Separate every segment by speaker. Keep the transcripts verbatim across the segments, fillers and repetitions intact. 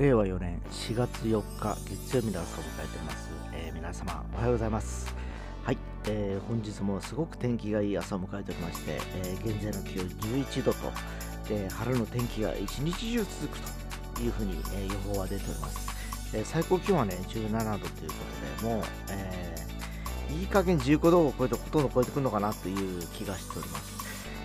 Speaker 1: れいわよねんしがつよっか月曜日の朝を迎えています、えー皆様おはようございます。はい、えー本日もすごく天気がいい朝を迎えておりまして、えー現在の気温じゅういちどと、で春の天気が一日中続くというふうに、えー予報は出ております。えー最高気温はねじゅうななどということで、もう、えーいい加減じゅうごどを超えてほとんど超えてくるのかなという気がしております。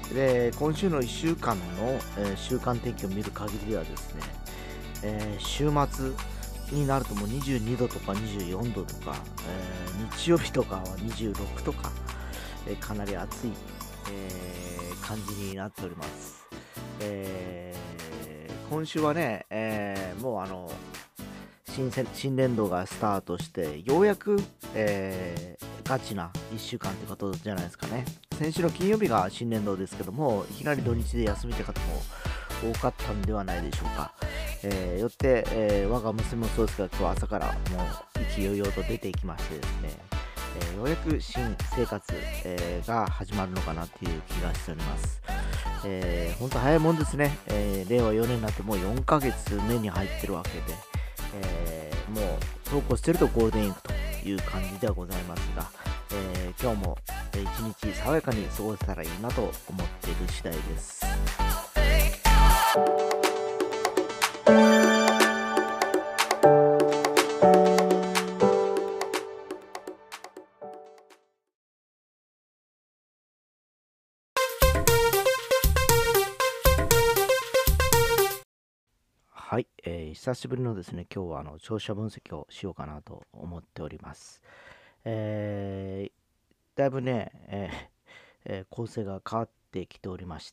Speaker 1: で今週のいっしゅうかんの、えー週間天気を見る限りではですね、えー週末になるともうにじゅうにどとかにじゅうよんどとか、えー日曜日とかはにじゅうろくとか、えーかなり暑い、えー感じになっております。えー今週はね、えーもうあの新せ新年度がスタートして、ようやく、えーガチないっしゅうかんってことじゃないですかね。先週の金曜日が新年度ですけども、いきなり土日で休みって方も多かったんではないでしょうか。えーよって、えー我が娘もそうですが、今日朝からもう意気揚々と出ていきましてですね、えーようやく新生活、えーが始まるのかなっていう気がしております。えー、ほんと早いもんですね。えー、れいわよねんになってもうよんかげつめに入ってるわけで、えーもうそうこうしてるとゴールデンウィークという感じではございますが、えー今日もえー一日爽やかに過ごせたらいいなと思っている次第です。はい、えー久しぶりのですね、今日はあの長者分析をしようかなと思っております。えーだいぶね、えーえー構成が変わってきておりまして、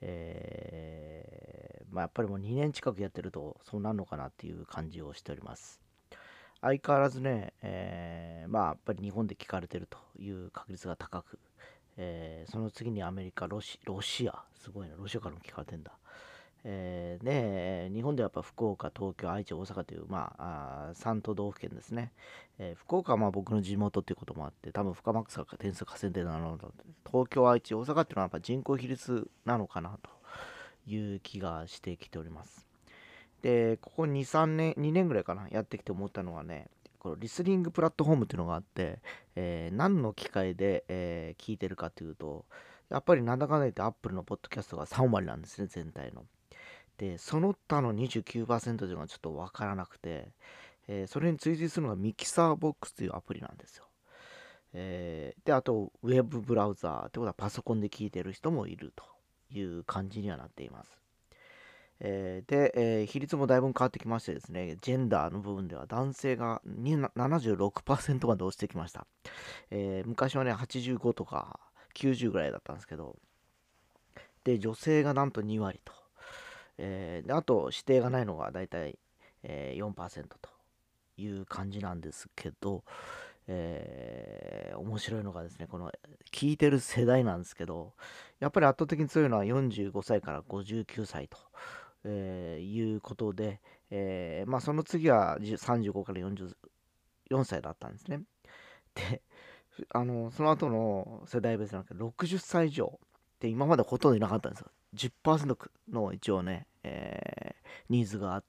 Speaker 1: えーまあ、やっぱりもうにねん近くやってるとそうなるのかなっていう感じをしております。相変わらずね、えーまあやっぱり日本で聞かれてるという確率が高く、えーその次にアメリカ、ロシロシア、すごいな、ロシアからも聞かれてんだ。えーで、えー日本ではやっぱ福岡、東京、愛知、大阪という、まあ、あさん都道府県ですね。えー福岡はまあ僕の地元ということもあって、多分深マックスが点数稼いでるなので、東京、愛知、大阪っていうのはやっぱ人口比率なのかなという気がしてきております。で、ここに、さんねん、にねんぐらいかな、やってきて思ったのはね、このリスニングプラットフォームっていうのがあって、えー何の機会で、えー聞いてるかというと、やっぱりなんだかんだ言って Apple のポッドキャストがさんわりなんですね、全体の。で、その他のにじゅうきゅうパーセントというのがちょっとわからなくて、えーそれに追随するのがミキサーボックスというアプリなんですよ。えーで、あと、ウェブブラウザーってことはパソコンで聞いてる人もいるという感じにはなっています。えーで、えー比率もだいぶ変わってきましてですね、ジェンダーの部分では男性がにななじゅうろくパーセントまで落ちてきました。えー昔はね、はちじゅうごとかきゅうじゅうぐらいだったんですけど、で、女性がなんとにわりと。えーであと、指定がないのがだいたい、えー、よんパーセントという感じなんですけど、えー面白いのがですね、この聞いてる世代なんですけど、やっぱり圧倒的に強いのはよんじゅうごさいからごじゅうきゅうさいと、えーいうことで、えーまあ、その次はじゅさんじゅうごからよんじゅうよんさいだったんですね。で、あのその後の世代別なんかろくじゅっさい以上って今までほとんどいなかったんですよ。じゅっパーセントの一応ね、えーニーズがあって、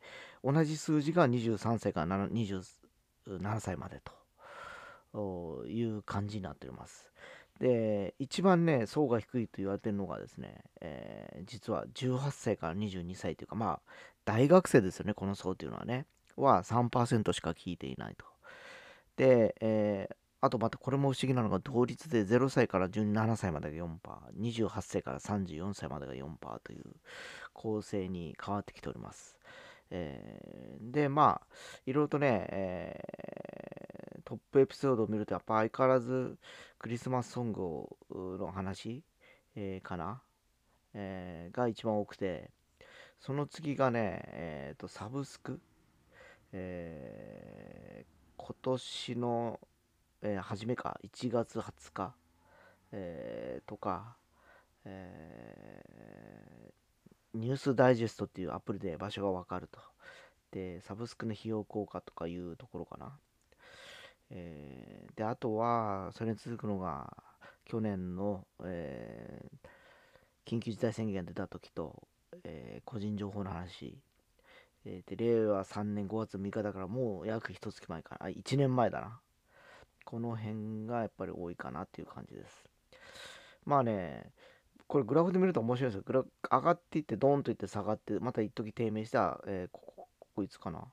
Speaker 1: 同じ数字がにじゅうさんさいからにじゅうななさいまでという感じになっております。で、一番ね、層が低いと言われているのがですね、えー実はじゅうはっさいからにじゅうにさいというか、まあ、大学生ですよね、この層というのはね、はさんパーセントしか聞いていないと。で、えーあとまたこれも不思議なのが同率でゼロさいからじゅうななさいまでが よんパーセント、にじゅうはっさいからさんじゅうよんさいまでが よんパーセント という構成に変わってきております。えーで、まあ、いろいろとね、えートップエピソードを見ると、やっぱ相変わらずクリスマスソングの話、えーかな、えーが一番多くて、その次がね、えーと、サブスク、えー今年の、えー初めか、いちがつはつか、えーとか、えーニュースダイジェストっていうアプリで場所がわかると。で、サブスクの費用効果とかいうところかな。えーで、あとは、それに続くのが、去年の、えー緊急事態宣言が出た時と、えー個人情報の話、 えー、で、令和さんねんごがつむいかだからもう約一月前かな。あ、いちねんまえだな。この辺がやっぱり多いかなっていう感じです。まあね、これグラフで見ると面白いですよ。グラ上がっていって、ドーンといって下がって、また一時低迷した、えーここ、ここいつかな。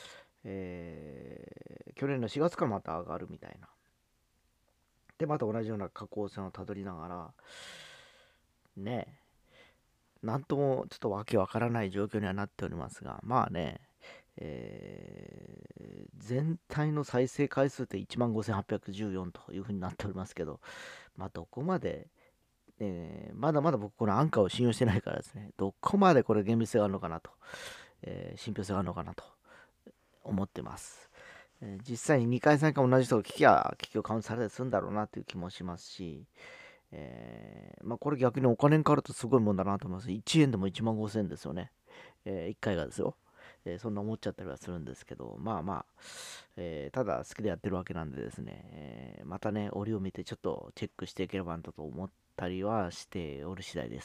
Speaker 1: えー去年のしがつからまた上がるみたいな。で、また同じような下降線をたどりながら、ねえ、なんともちょっとわけわからない状況にはなっておりますが、まあね、えー全体の再生回数っていちまんごせんはっぴゃくじゅうよんというふうになっておりますけど、まあどこまで、えーまだまだ僕このアンカーを信用してないからですね、どこまでこれ厳密性があるのかなと、えー信憑性があるのかなと思ってます。えー実際ににかいさんかい同じ人が聞きゃ聞きをカウントされたりするんだろうなという気もしますし、えーまあこれ逆にお金に変わるとすごいもんだなと思います。いちえんでもいちまんごせんですよね。えーいっかいがですよ。えーそんな思っちゃったりはするんですけど、まあまあ、えーただ好きでやってるわけなんでですね、えーまたね、折を見てちょっとチェックしていければなと思ったりはしておる次第です。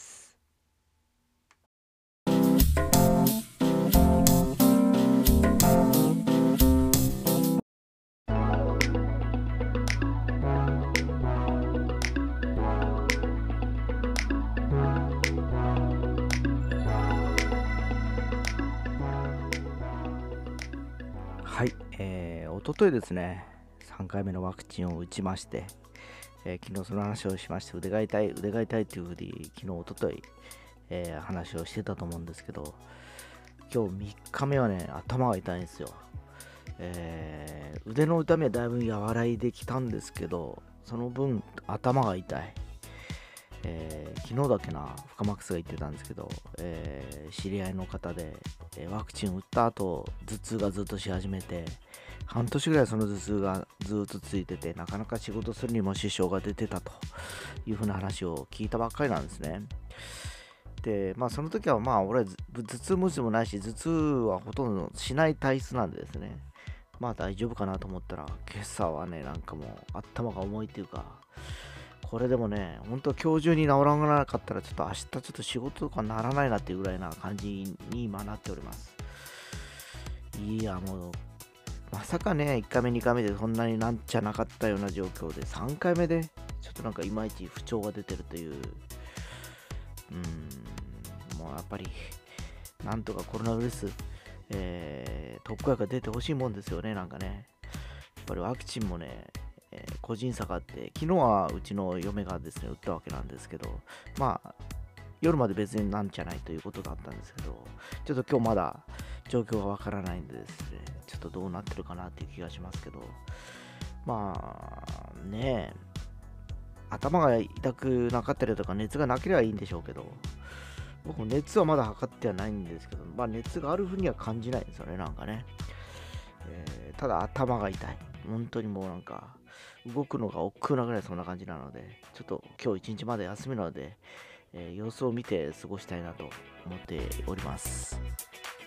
Speaker 1: はい、えー、おとといですね、さんかいめのワクチンを打ちまして、えー昨日その話をしまして、腕が痛い、腕が痛いというふうに、昨日、おととい、えー話をしてたと思うんですけど、今日みっかめはね、頭が痛いんですよ。えー腕の痛みはだいぶ和らいできたんですけど、その分、頭が痛い。えー昨日だっけな、深マックスが言ってたんですけど、えー知り合いの方で、えーワクチン打った後、頭痛がずっとし始めて、半年ぐらいその頭痛がずっとついてて、なかなか仕事するにも支障が出てたというふうな話を聞いたばっかりなんですね。で、まあその時はまあ俺はず頭痛持ちでもないし、頭痛はほとんどしない体質なんでですね、まあ大丈夫かなと思ったら、今朝はね、なんかもう頭が重いっていうか、これでもね、本当今日中に治らなかったら、ちょっと明日ちょっと仕事とかならないなっていうぐらいな感じに今なっております。いや、もう、まさかね、いっかいめ、にかいめでそんなになんちゃなかったような状況で、さんかいめで、ちょっとなんかいまいち不調が出てるという、うーん、もうやっぱり、なんとかコロナウイルス、えー、特効薬が出てほしいもんですよね、なんかね。やっぱりワクチンもね、えー個人差があって、昨日はうちの嫁がですね、打ったわけなんですけど、まあ、夜まで別になんじゃないということだったんですけど、ちょっと今日まだ状況がわからないんでですね、ちょっとどうなってるかなっていう気がしますけど、まあ、ねえ、頭が痛くなかったりとか熱がなければいいんでしょうけど、僕も熱はまだ測ってはないんですけど、まあ熱があるふうには感じないんですよね、なんかね。えーただ頭が痛い。本当にもうなんか、動くのが億劫なぐらいそんな感じなので、ちょっと今日一日まで休みなので、えー様子を見て過ごしたいなと思っております。